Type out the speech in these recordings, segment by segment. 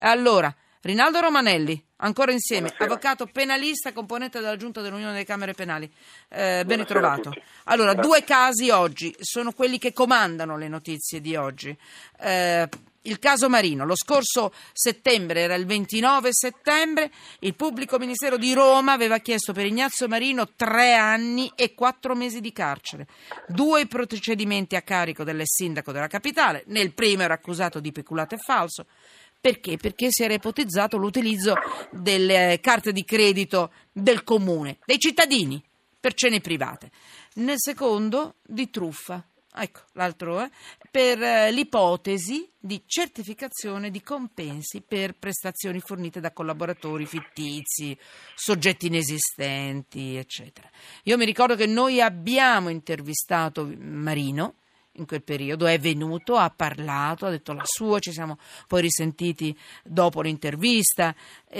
Allora, Rinaldo Romanelli, ancora insieme, avvocato penalista, componente della Giunta dell'Unione delle Camere Penali. Ben ritrovato. Allora, due casi oggi, sono quelli che comandano le notizie di oggi. Il caso Marino, lo scorso settembre, era il 29 settembre, il pubblico ministero di Roma aveva chiesto per Ignazio Marino 3 anni e 4 mesi di carcere. 2 procedimenti a carico dell'ex sindaco della capitale, nel primo era accusato di peculato e falso. Perché? Perché si era ipotizzato l'utilizzo delle carte di credito del comune, dei cittadini, per cene private. Nel secondo, di truffa. Ecco, l'altro per l'ipotesi di certificazione di compensi per prestazioni fornite da collaboratori fittizi, soggetti inesistenti, eccetera. Io mi ricordo che noi abbiamo intervistato Marino in quel periodo, è venuto, ha parlato, ha detto la sua, ci siamo poi risentiti dopo l'intervista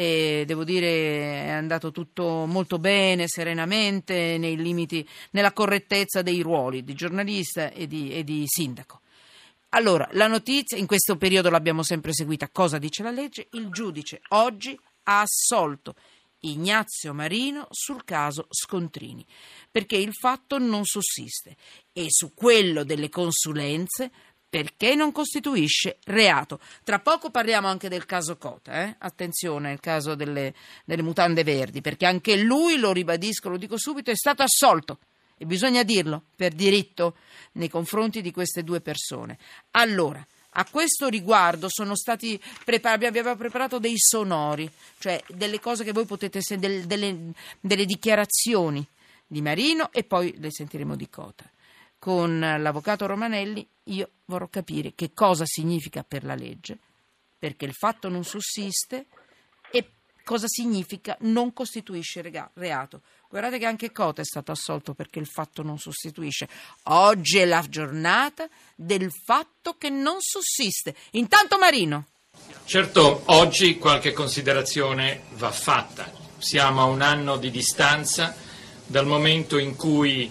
e devo dire è andato tutto molto bene, serenamente, nei limiti, nella correttezza dei ruoli di giornalista e di sindaco. Allora, la notizia, in questo periodo l'abbiamo sempre seguita, cosa dice la legge? Il giudice oggi ha assolto Ignazio Marino sul caso Scontrini, perché il fatto non sussiste, e su quello delle consulenze perché non costituisce reato. Tra poco parliamo anche del caso Cota, attenzione, il caso delle mutande verdi, perché anche lui, lo ribadisco, lo dico subito, è stato assolto, e bisogna dirlo, per diritto nei confronti di queste 2 persone. Allora, a questo riguardo sono stati abbiamo preparato dei sonori, cioè delle cose che voi potete sentire, delle dichiarazioni di Marino, e poi le sentiremo di Cota. Con l'avvocato Romanelli io vorrò capire che cosa significa per la legge, perché il fatto non sussiste, e cosa significa non costituisce reato. Guardate che anche Cota è stato assolto perché il fatto non sostituisce. Oggi è la giornata del fatto che non sussiste. Intanto Marino. Certo, oggi qualche considerazione va fatta. Siamo a 1 anno di distanza dal momento in cui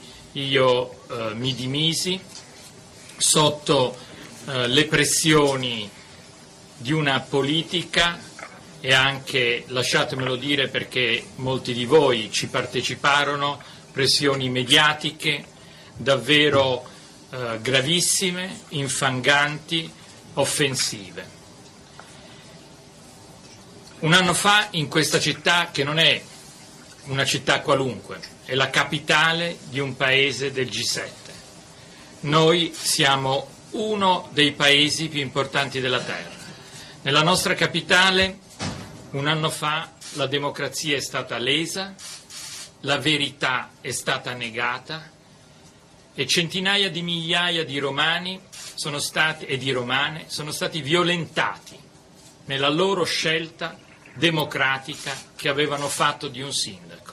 io mi dimisi sotto le pressioni di una politica e anche, lasciatemelo dire perché molti di voi ci parteciparono, pressioni mediatiche davvero gravissime, infanganti, offensive. 1 anno fa in questa città, che non è una città qualunque, è la capitale di un paese del G7. Noi siamo uno dei paesi più importanti della terra. Nella nostra capitale 1 anno fa la democrazia è stata lesa, la verità è stata negata e centinaia di migliaia di romani e di romane sono stati violentati nella loro scelta democratica che avevano fatto di un sindaco.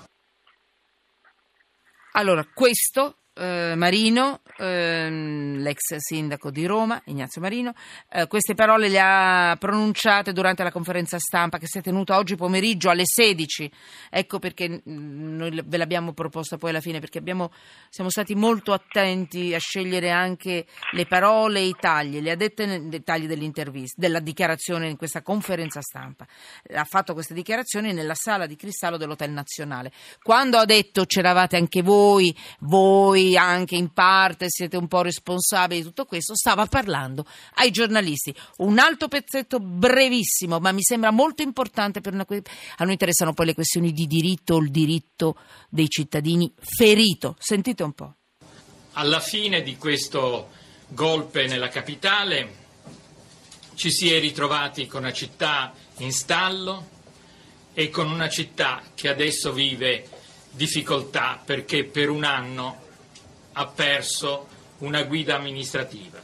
Allora, questo Marino, l'ex sindaco di Roma, Ignazio Marino, queste parole le ha pronunciate durante la conferenza stampa che si è tenuta oggi pomeriggio alle 16. Ecco perché noi ve l'abbiamo proposta poi alla fine, perché siamo stati molto attenti a scegliere anche le parole e i tagli. Le ha dette nei tagli dell'intervista, della dichiarazione in questa conferenza stampa. Ha fatto queste dichiarazioni nella sala di cristallo dell'Hotel Nazionale. Quando ha detto c'eravate anche voi anche in parte siete un po' responsabili di tutto questo, stava parlando ai giornalisti. Un altro pezzetto brevissimo, ma mi sembra molto importante a noi interessano poi le questioni di diritto, o il diritto dei cittadini ferito. Sentite un po'. Alla fine di questo golpe nella capitale ci si è ritrovati con una città in stallo e con una città che adesso vive difficoltà perché per 1 anno ha perso una guida amministrativa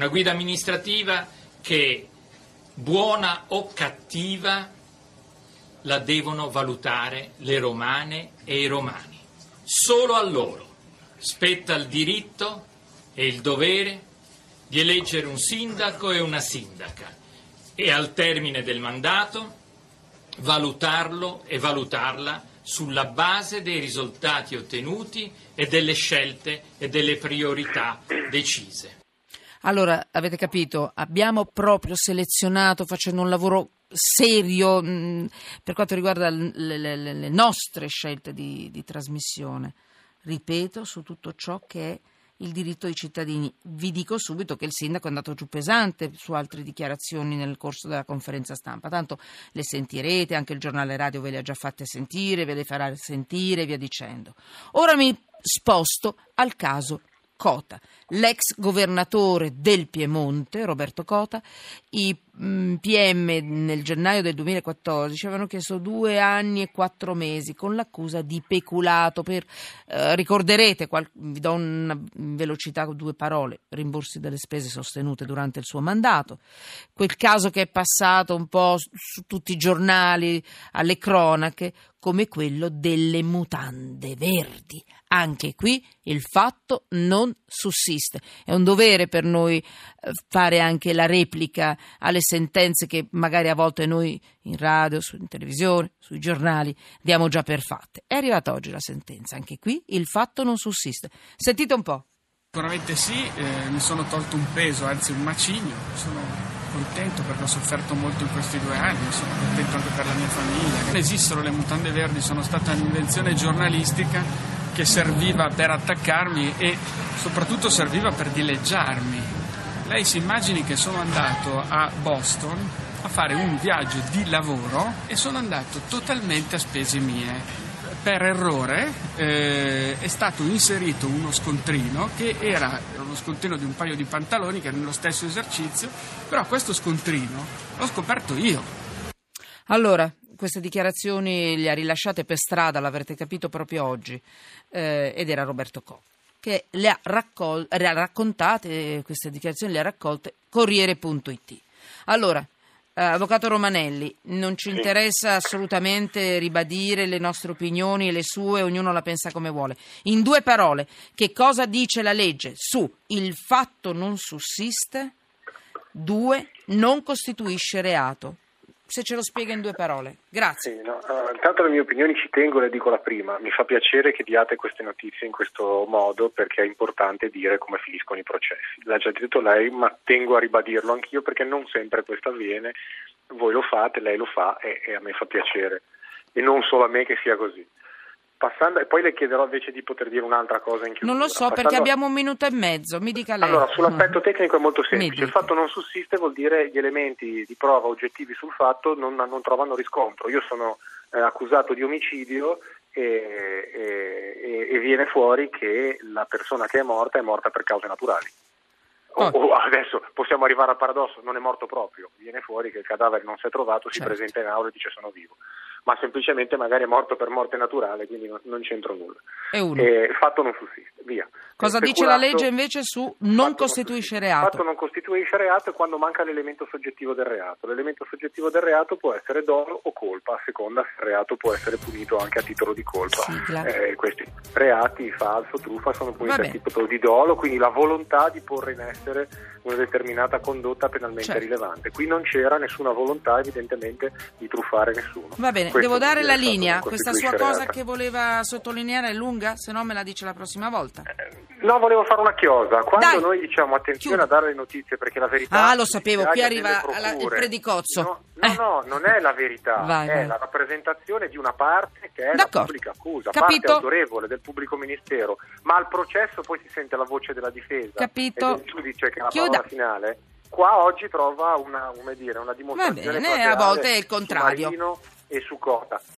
che, buona o cattiva, la devono valutare le romane e i romani. Solo a loro spetta il diritto e il dovere di eleggere un sindaco e una sindaca e al termine del mandato valutarlo e valutarla sulla base dei risultati ottenuti e delle scelte e delle priorità decise. Allora, avete capito, abbiamo proprio selezionato, facendo un lavoro serio per quanto riguarda le nostre scelte di trasmissione. Ripeto, su tutto ciò che è il diritto dei cittadini. Vi dico subito che il sindaco è andato giù pesante su altre dichiarazioni nel corso della conferenza stampa, tanto le sentirete, anche il giornale radio ve le ha già fatte sentire, ve le farà sentire, via dicendo. Ora mi sposto al caso Cota. L'ex governatore del Piemonte, Roberto Cota, i PM nel gennaio del 2014 avevano chiesto 2 anni e 4 mesi con l'accusa di peculato per, ricorderete, vi do una velocità con 2 parole, rimborsi delle spese sostenute durante il suo mandato. Quel caso che è passato un po' su tutti i giornali, alle cronache, come quello delle mutande verdi. Anche qui il fatto non sussiste. È un dovere per noi fare anche la replica alle sentenze che magari a volte noi in radio, in televisione, sui giornali diamo già per fatte. È arrivata oggi la sentenza. Anche qui il fatto non sussiste. Sentite un po'. Sicuramente sì, mi sono tolto un peso, anzi un macigno. Sono contento perché ho sofferto molto in questi 2 anni, sono contento anche per la mia famiglia. Non esistono le mutande verdi, sono stata un'invenzione giornalistica che serviva per attaccarmi e soprattutto serviva per dileggiarmi. Lei si immagini che sono andato a Boston a fare un viaggio di lavoro e sono andato totalmente a spese mie. Per errore è stato inserito uno scontrino che era uno scontrino di un paio di pantaloni che era nello stesso esercizio, però questo scontrino l'ho scoperto io. Allora, queste dichiarazioni le ha rilasciate per strada, l'avrete capito proprio oggi, ed era Roberto Cota che le ha raccontate, queste dichiarazioni le ha raccolte Corriere.it. Allora, avvocato Romanelli, non ci interessa assolutamente ribadire le nostre opinioni e le sue, ognuno la pensa come vuole. In 2 parole, che cosa dice la legge su il fatto non sussiste? 2, non costituisce reato. Se ce lo spiega in 2 parole. Grazie. Sì, no. Intanto le mie opinioni ci tengo, le dico la prima. Mi fa piacere che diate queste notizie in questo modo perché è importante dire come finiscono i processi. L'ha già detto lei, ma tengo a ribadirlo anch'io perché non sempre questo avviene. Voi lo fate, lei lo fa e a me fa piacere. E non solo a me che sia così. Passando, e poi le chiederò invece di poter dire un'altra cosa in chiusura. Non lo so perché abbiamo 1 minuto e mezzo, mi dica lei. Allora, sull'aspetto tecnico è molto semplice, il fatto non sussiste vuol dire gli elementi di prova oggettivi sul fatto non trovano riscontro. Io sono accusato di omicidio e viene fuori che la persona che è morta per cause naturali. Adesso possiamo arrivare al paradosso, non è morto proprio, viene fuori che il cadavere non si è trovato, si presenta in aula e dice sono vivo, ma semplicemente magari è morto per morte naturale, quindi non c'entro nulla. Il fatto non sussiste, via. Cosa dice la legge invece su non costituisce reato? Il fatto non costituisce reato è quando manca l'elemento soggettivo del reato. L'elemento soggettivo del reato può essere dolo o colpa, a seconda se il reato può essere punito anche a titolo di colpa. Questi reati, falso, truffa, sono puniti a titolo di dolo, quindi la volontà di porre in essere una determinata condotta penalmente rilevante. Qui non c'era nessuna volontà evidentemente di truffare nessuno. Va bene, devo dare la linea. Questa sua cosa che voleva sottolineare è lunga, se no me la dice la prossima volta. No, volevo fare una chiosa. Quando noi diciamo attenzione a dare le notizie perché la verità... Ah, lo sapevo, qui arriva il predicozzo. No, non è la verità, vai. La rappresentazione di una parte che è la pubblica accusa, parte autorevole del pubblico ministero, ma al processo poi si sente la voce della difesa e del giudice che ha la parola finale. Qua oggi trova una dimostrazione. Va bene, a volte è il contrario. Su Marino e su Cota.